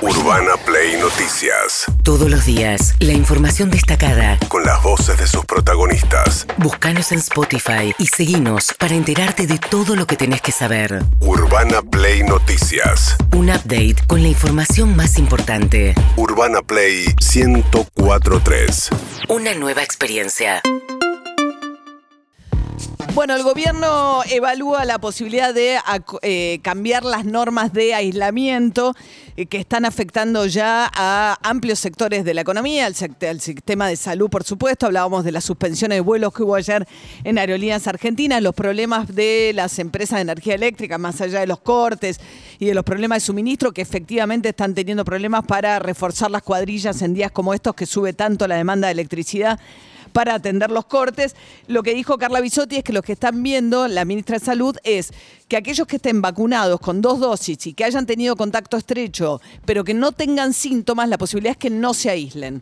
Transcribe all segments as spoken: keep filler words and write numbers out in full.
Urbana Play Noticias. Todos los días, la información destacada Con las voces de sus protagonistas. Búscanos en Spotify y seguinos para enterarte de todo lo que tenés que saber. Urbana Play Noticias. Un update con la información más importante. Urbana Play ciento cuatro punto tres. Una nueva experiencia. Bueno, el gobierno evalúa la posibilidad de eh, cambiar las normas de aislamiento eh, que están afectando ya a amplios sectores de la economía, al, al sistema de salud, por supuesto. Hablábamos de las suspensiones de vuelos que hubo ayer en Aerolíneas Argentinas, los problemas de las empresas de energía eléctrica, más allá de los cortes y de los problemas de suministro, que efectivamente están teniendo problemas para reforzar las cuadrillas en días como estos, que sube tanto la demanda de electricidad para atender los cortes. Lo que dijo Carla Bisotti es que los que están viendo, la ministra de Salud, es que aquellos que estén vacunados con dos dosis y que hayan tenido contacto estrecho, pero que no tengan síntomas, la posibilidad es que no se aíslen.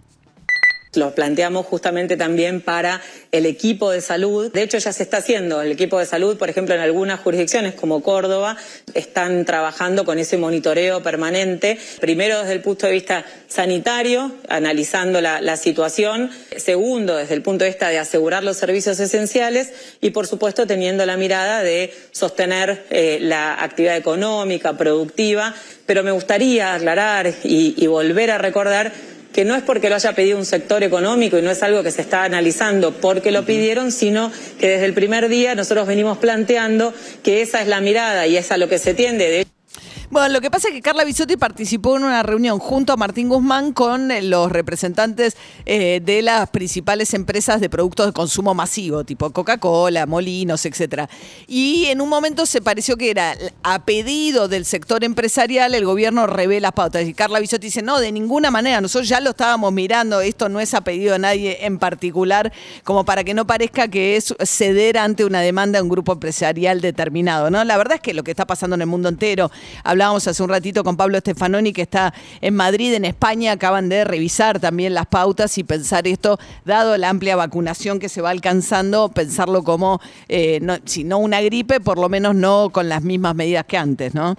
Lo planteamos justamente también para el equipo de salud. De hecho, ya se está haciendo. El equipo de salud, por ejemplo, en algunas jurisdicciones como Córdoba, están trabajando con ese monitoreo permanente. Primero, desde el punto de vista sanitario, analizando la, la situación. Segundo, desde el punto de vista de asegurar los servicios esenciales. Y, por supuesto, teniendo la mirada de sostener eh, la actividad económica, productiva. Pero me gustaría aclarar y, y volver a recordar que no es porque lo haya pedido un sector económico y no es algo que se está analizando porque lo pidieron, sino que desde el primer día nosotros venimos planteando que esa es la mirada y es a lo que se tiende. De Bueno, lo que pasa es que Carla Bisotti participó en una reunión junto a Martín Guzmán con los representantes eh, de las principales empresas de productos de consumo masivo, tipo Coca-Cola, Molinos, etcétera. Y en un momento se pareció que era a pedido del sector empresarial, el gobierno revé las pautas. Y Carla Bisotti dice, no, de ninguna manera, nosotros ya lo estábamos mirando, esto no es a pedido de nadie en particular, como para que no parezca que es ceder ante una demanda de un grupo empresarial determinado, ¿no? La verdad es que lo que está pasando en el mundo entero, habla Hablábamos hace un ratito con Pablo Stefanoni, que está en Madrid, en España. Acaban de revisar también las pautas y pensar esto, dado la amplia vacunación que se va alcanzando, pensarlo como, eh, no, si no una gripe, por lo menos no con las mismas medidas que antes, ¿no?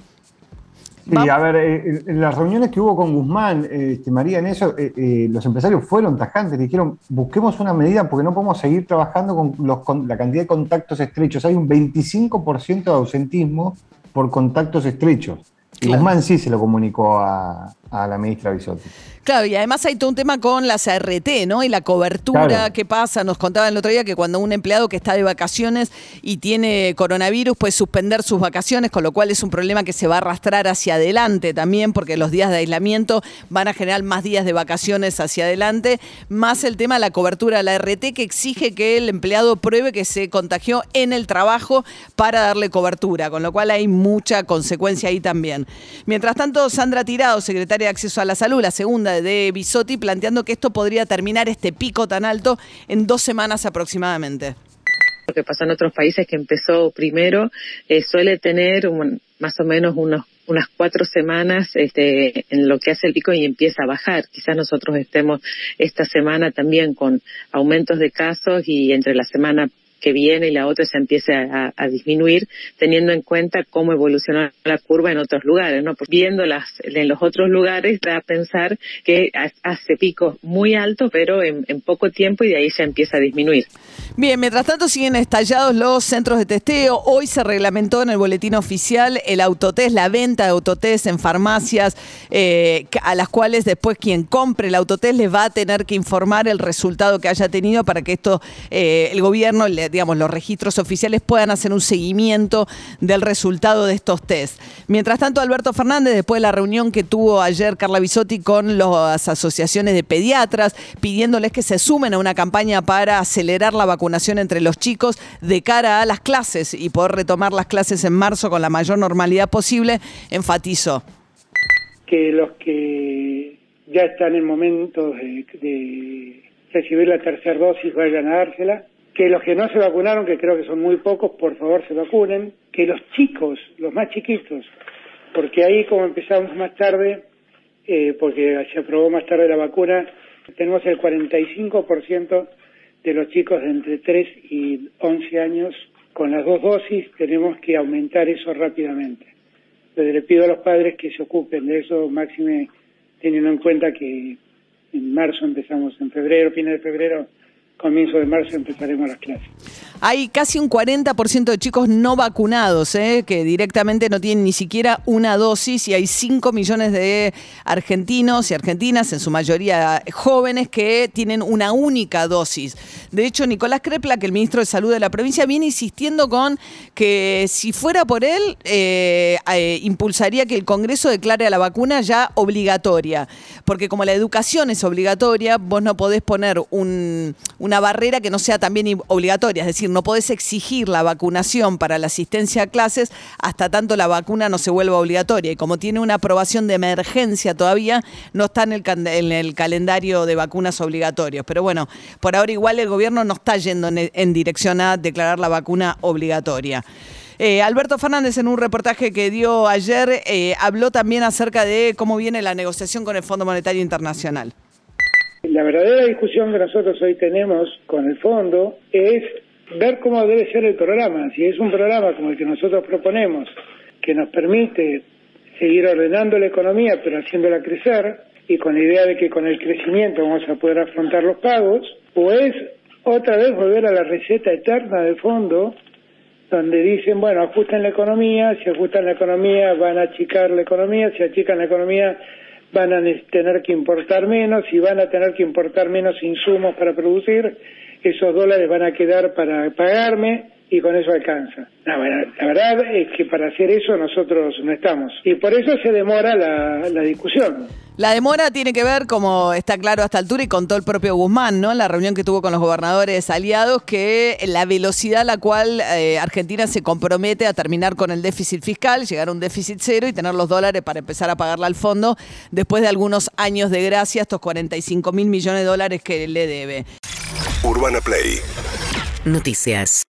Sí, a ver, eh, en las reuniones que hubo con Guzmán, eh, este, María, en eso, eh, eh, los empresarios fueron tajantes, dijeron, busquemos una medida porque no podemos seguir trabajando con, los, con la cantidad de contactos estrechos. Hay un veinticinco por ciento de ausentismo por contactos estrechos. Y claro, Guzmán sí se lo comunicó a, a la ministra Bisotti. Claro, y además hay todo un tema con las A R T, ¿no? Y la cobertura, claro, que pasa. Nos contaban el otro día que cuando un empleado que está de vacaciones y tiene coronavirus puede suspender sus vacaciones, con lo cual es un problema que se va a arrastrar hacia adelante también, porque los días de aislamiento van a generar más días de vacaciones hacia adelante, más el tema de la cobertura de la A R T, que exige que el empleado pruebe que se contagió en el trabajo para darle cobertura, con lo cual hay mucha consecuencia ahí también. Mientras tanto, Sandra Tirado, secretaria de Acceso a la Salud, la segunda de Bisotti, planteando que esto podría terminar, este pico tan alto, en dos semanas aproximadamente. Lo que pasa en otros países, que empezó primero, eh, suele tener un, más o menos unos, unas cuatro semanas este, en lo que hace el pico y empieza a bajar. Quizás nosotros estemos esta semana también con aumentos de casos y entre la semana que viene y la otra se empiece a, a disminuir, teniendo en cuenta cómo evoluciona la curva en otros lugares, ¿no? Pues viendo las en los otros lugares, da a pensar que hace picos muy altos, pero en, en poco tiempo, y de ahí se empieza a disminuir. Bien, mientras tanto siguen estallados los centros de testeo. Hoy se reglamentó en el boletín oficial el autotest, la venta de autotest en farmacias, eh, a las cuales después quien compre el autotest les va a tener que informar el resultado que haya tenido para que esto, eh, el gobierno, digamos, los registros oficiales puedan hacer un seguimiento del resultado de estos test. Mientras tanto, Alberto Fernández, después de la reunión que tuvo ayer Carla Bisotti con las asociaciones de pediatras, pidiéndoles que se sumen a una campaña para acelerar la vacunación entre los chicos de cara a las clases y poder retomar las clases en marzo con la mayor normalidad posible, enfatizó que los que ya están en momentos de, de recibir la tercera dosis vayan a dársela, que los que no se vacunaron, que creo que son muy pocos, por favor se vacunen, que los chicos, los más chiquitos, porque ahí como empezamos más tarde, eh, porque se aprobó más tarde la vacuna, tenemos el cuarenta y cinco por ciento de los chicos de entre tres y once años con las dos dosis. Tenemos que aumentar eso rápidamente. Entonces le pido a los padres que se ocupen de eso, máxime teniendo en cuenta que en marzo empezamos, en febrero, fines de febrero, comienzo de marzo empezaremos las clases. Hay casi un cuarenta por ciento de chicos no vacunados, ¿eh? que directamente no tienen ni siquiera una dosis, y hay cinco millones de argentinos y argentinas, en su mayoría jóvenes, que tienen una única dosis. De hecho, Nicolás Crepla, que el ministro de Salud de la provincia, viene insistiendo con que si fuera por él, eh, eh, impulsaría que el Congreso declare a la vacuna ya obligatoria, porque como la educación es obligatoria, vos no podés poner un, una barrera que no sea también obligatoria, es decir, no podés exigir la vacunación para la asistencia a clases hasta tanto la vacuna no se vuelva obligatoria. Y como tiene una aprobación de emergencia todavía, no está en el, en el calendario de vacunas obligatorios. Pero bueno, por ahora igual el gobierno no está yendo en, en dirección a declarar la vacuna obligatoria. Eh, Alberto Fernández, en un reportaje que dio ayer, eh, habló también acerca de cómo viene la negociación con el Fondo Monetario Internacional. La verdadera discusión que nosotros hoy tenemos con el fondo es ver cómo debe ser el programa. Si es un programa como el que nosotros proponemos, que nos permite seguir ordenando la economía pero haciéndola crecer, y con la idea de que con el crecimiento vamos a poder afrontar los pagos, o es otra vez volver a la receta eterna del fondo, donde dicen, bueno, ajusten la economía, si ajustan la economía van a achicar la economía, si achican la economía van a tener que importar menos, y van a tener que importar menos insumos para producir, esos dólares van a quedar para pagarme y con eso alcanza. No, bueno, la verdad es que para hacer eso nosotros no estamos. Y por eso se demora la, la discusión. La demora tiene que ver, como está claro a esta altura, y contó el propio Guzmán, ¿no? En la reunión que tuvo con los gobernadores aliados, que la velocidad a la cual eh, Argentina se compromete a terminar con el déficit fiscal, llegar a un déficit cero y tener los dólares para empezar a pagarle al fondo después de algunos años de gracia, estos cuarenta y cinco mil millones de dólares que le debe. Urbana Play. Noticias.